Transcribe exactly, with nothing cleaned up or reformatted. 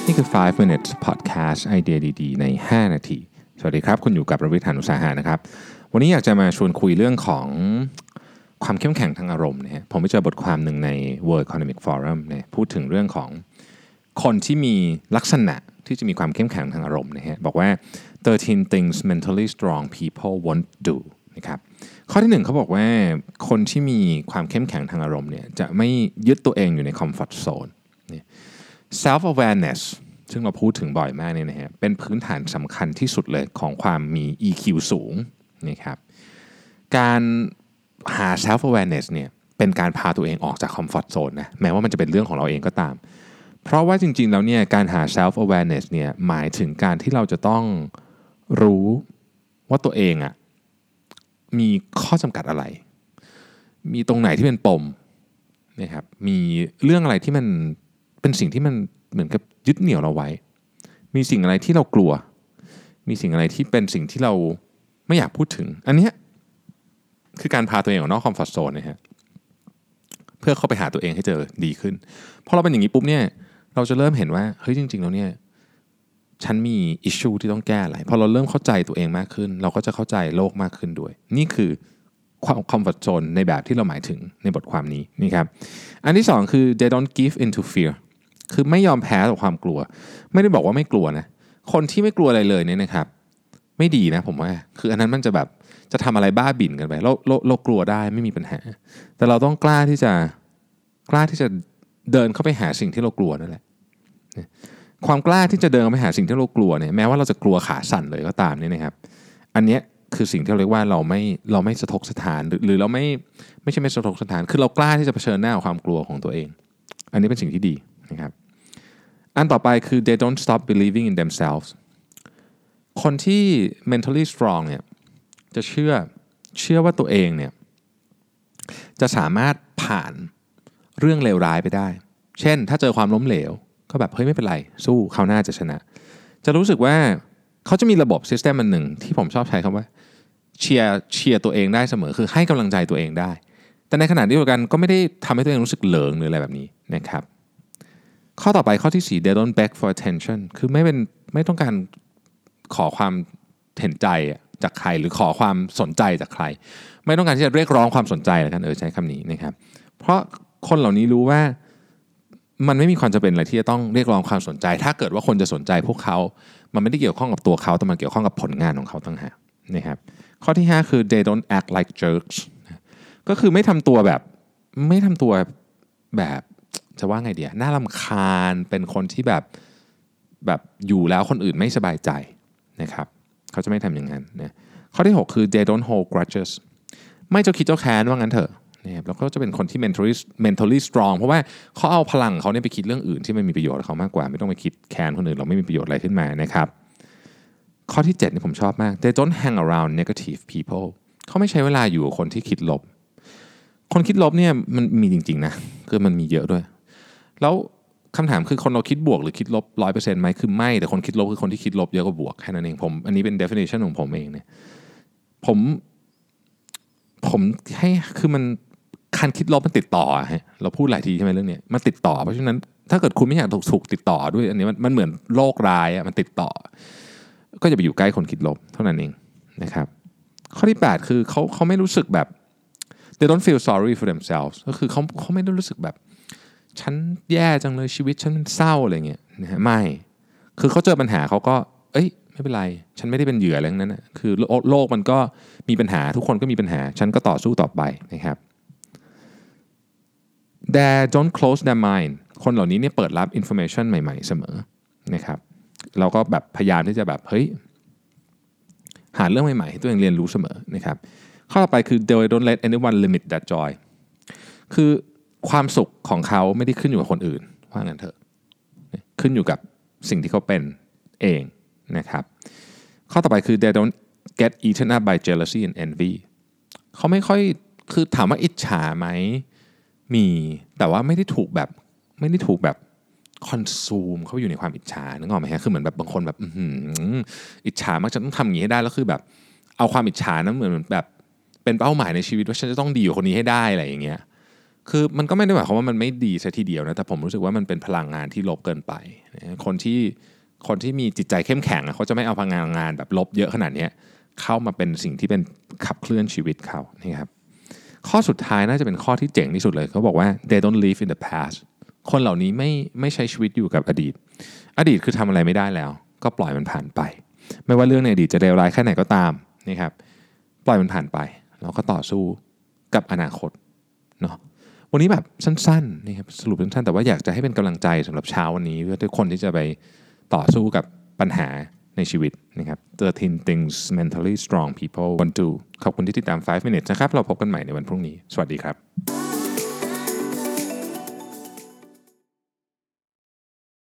นี่คือ ไฟว์ minutes podcast ไอเดียดีๆในห้านาทีสวัสดีครับคุณอยู่กับรวิทย์ หาญอุตสาหะนะครับวันนี้อยากจะมาชวนคุยเรื่องของความเข้มแข็งทางอารมณ์นะฮะผมไปเจอบทความหนึ่งใน World Economic Forum เนี่ยพูดถึงเรื่องของคนที่มีลักษณะที่จะมีความเข้มแข็งทางอารมณ์นะฮะบอกว่าthirteen things mentally strong people won't do นะครับข้อที่หนึ่งเขาบอกว่าคนที่มีความเข้มแข็งทางอารมณ์เนี่ยจะไม่ยึดตัวเองอยู่ใน comfort zone self awareness ซึ่งเราพูดถึงบ่อยมากเนี่ยนะฮะเป็นพื้นฐานสำคัญที่สุดเลยของความมี อี คิว สูงนะครับการหา self awareness เนี่ยเป็นการพาตัวเองออกจาก comfort zone นะแม้ว่ามันจะเป็นเรื่องของเราเองก็ตามเพราะว่าจริงๆแล้วเนี่ยการหา self awareness เนี่ยหมายถึงการที่เราจะต้องรู้ว่าตัวเองอะมีข้อจำกัดอะไรมีตรงไหนที่เป็นปมนะครับมีเรื่องอะไรที่มันเป็นสิ่งที่มันเหมือนกับยึดเหนี่ยวเราไว้มีสิ่งอะไรที่เรากลัวมีสิ่งอะไรที่เป็นสิ่งที่เราไม่อยากพูดถึงอันนี้คือการพาตัวเองออกนอกคอมฟอร์ตโซนนะฮะเพื่อเข้าไปหาตัวเองให้เจอดีขึ้นพอเราเป็นอย่างนี้ปุ๊บเนี่ยเราจะเริ่มเห็นว่าเฮ้ยจริงๆแล้วเนี่ยฉันมีอิชชูที่ต้องแก้อะไรพอเราเริ่มเข้าใจตัวเองมากขึ้นเราก็จะเข้าใจโลกมากขึ้นด้วยนี่คือความคอมฟอร์ตโซนในแบบที่เราหมายถึงในบทความนี้นี่ครับอันที่สองคือ they don't give into fear คือไม่ยอมแพ้ต่อความกลัวไม่ได้บอกว่าไม่กลัวนะคนที่ไม่กลัวอะไรเลยเนี่ยนะครับไม่ดีนะผมว่าคืออันนั้นมันจะแบบจะทำอะไรบ้าบิ่นกันไปเราเราเรากลัวได้ไม่มีปัญหาแต่เราต้องกล้าที่จะกล้าที่จะเดินเข้าไปหาสิ่งที่เรากลัวนั่นแหละความกล้าที่จะเดินเข้าไปหาสิ่งที่เรากลัวเนี่ยแม้ว่าเราจะกลัวขาสั่นเลยก็ตามเนี่ยนะครับอันเนี้ยคือสิ่งที่เราเรียกว่าเราไม่เราไม่สะทกสะท้านหรือหรือเราไม่ไม่ใช่ไม่สะทกสะท้านคือเรากล้าที่จะเผชิญหน้ากับความกลัวของตัวเองอันนี้เป็นสิ่งที่ดีนะครับอันต่อไปคือ they don't stop believing in themselves คนที่ mentally strong เนี่ยจะเชื่อเชื่อว่าตัวเองเนี่ยจะสามารถผ่านเรื่องเลวร้ายไปได้เช่นถ้าเจอความล้มเหลวก็แบบเฮ้ยไม่เป็นไรสู้คราวหน้าจะชนะจะรู้สึกว่าเขาจะมีระบบซิสเต็มอันหนึ่งที่ผมชอบใช้คำว่าเชียร์เชียร์ตัวเองได้เสมอคือให้กำลังใจตัวเองได้แต่ในขณะเดียวกันก็ไม่ได้ทำให้ตัวเองรู้สึกเหลิงหรืออะไรแบบนี้นะครับข้อต่อไปข้อที่สี่ they don't beg for attention คือไม่เป็นไม่ต้องการขอความเห็นใจจากใครหรือขอความสนใจจากใครไม่ต้องการที่จะเรียกร้องความสนใจแล้วกันเออใช้คำนี้นะครับเพราะคนเหล่านี้รู้ว่ามันไม่มีความจำเป็นอะไรที่จะต้องเรียกร้องความสนใจถ้าเกิดว่าคนจะสนใจพวกเขามันไม่ได้เกี่ยวข้องกับตัวเขาแต่มันเกี่ยวข้องกับผลงานของเขาต่างหากนะครับข้อที่ห้าคือ they don't act like jerks ก็คือไม่ทำตัวแบบไม่ทำตัวแบบจะว่าไงเดียน่ารำคาญเป็นคนที่แบบแบบอยู่แล้วคนอื่นไม่สบายใจนะครับเขาจะไม่ทำอย่างนั้นนะข้อที่หกคือ they don't hold grudges ไม่เจ้าคิดเจ้าแค้นว่างั้นเถอะนะครับแล้วก็จะเป็นคนที่ mentally mentally strong เพราะว่าเขาเอาพลังเขาเนี่ยไปคิดเรื่องอื่นที่มันมีประโยชน์กับเขามากกว่าไม่ต้องไปคิดแค้นคนอื่นเราไม่มีประโยชน์อะไรขึ้นมานะครับข้อที่เจ็ดนี่ผมชอบมาก they don't hang around negative people เขาไม่ใช้เวลาอยู่กับคนที่คิดลบคนคิดลบเนี่ยมันมีจริงๆนะคือมันมีเยอะด้วยแล้วคำถามคือคนเราคิดบวกหรือคิดลบ ร้อยเปอร์เซ็นต์ ไหมคือไม่แต่คนคิดลบคือคนที่คิดลบเยอะกว่าบวกแค่นั้นเองผมอันนี้เป็น definition ของผมเองเนี่ยผมผมให้คือมันคันคิดลบมันติดต่อฮะเราพูดหลายทีใช่ไหมเรื่องนี้มันติดต่อเพราะฉะนั้นถ้าเกิดคุณไม่อยากถูกถูกติดต่อด้วยอันนี้มันมันเหมือนโรคร้ายอ่ะมันติดต่อก็อย่าไปอยู่ใกล้คนคิดลบเท่านั้นเองนะครับข้อที่แปดคือเขาเขาไม่รู้สึกแบบ they don't feel sorry for themselves ก็คือเขาเขาไม่ได้รู้สึกแบบฉันแย่จังเลยชีวิตฉันมันเศร้าอะไรเงี้ยนะฮะไม่คือเขาเจอปัญหาเขาก็เอ้ยไม่เป็นไรฉันไม่ได้เป็นเหยื่ออะไรทั้งนั้นนะคือโลกมันก็มีปัญหาทุกคนก็มีปัญหาฉันก็ต่อสู้ต่อไปนะครับ they don't close their mind คนเหล่านี้เนี่ยเปิดรับ information ใหม่ๆเสมอนะครับเราก็แบบพยายามที่จะแบบเฮ้ยหาเรื่องใหม่ๆให้ตัวเองเรียนรู้เสมอนะครับข้อต่อไปคือ they don't let anyone limit that joy คือความสุขของเขาไม่ได้ขึ้นอยู่กับคนอื่นว่างั้นเถอะขึ้นอยู่กับสิ่งที่เขาเป็นเองนะครับข้อต่อไปคือ they don't get eaten up by jealousy and envy เขาไม่ค่อยคือถามว่าอิจฉาไหมมีแต่ว่าไม่ได้ถูกแบบไม่ได้ถูกแบบคอนซูมเขาอยู่ในความอิจฉานึกออกไหมฮะคือเหมือนแบบบางคนแบบอิจฉามักจะต้องทำอย่างนี้ให้ได้แล้วคือแบบเอาความอิจฉานั้นเหมือนแบบเป็นเป้าหมายในชีวิตว่าฉันจะต้องดีกว่าคนนี้ให้ได้อะไรอย่างเงี้ยคือมันก็ไม่ได้หมายความว่ามันไม่ดีซะทีเดียวนะแต่ผมรู้สึกว่ามันเป็นพลังงานที่ลบเกินไปคนที่คนที่มีจิตใจเข้มแข็งเขาจะไม่เอาพลังงานงานแบบลบเยอะขนาดนี้เข้ามาเป็นสิ่งที่เป็นขับเคลื่อนชีวิตเขานี่ครับข้อสุดท้ายน่าจะเป็นข้อที่เจ๋งที่สุดเลยเขาบอกว่า they don't live in the past คนเหล่านี้ไม่ไม่ใช้ชีวิตอยู่กับอดีตอดีตคือทำอะไรไม่ได้แล้วก็ปล่อยมันผ่านไปไม่ว่าเรื่องในอดีตจะเลวร้ายแค่ไหนก็ตามนี่ครับปล่อยมันผ่านไปแล้วก็ต่อสู้กับอนาคตเนาะวันนี้แบบสั้นๆนี่ครับสรุปสั้นๆแต่ว่าอยากจะให้เป็นกำลังใจสำหรับเช้าวันนี้เพื่อทุกคนที่จะไปต่อสู้กับปัญหาในชีวิตนะครับthirteen things mentally strong people want to ขอบคุณที่ติดตามไฟว์ minutes นะครับเราพบกันใหม่ในวันพรุ่งนี้สวัสดีครับ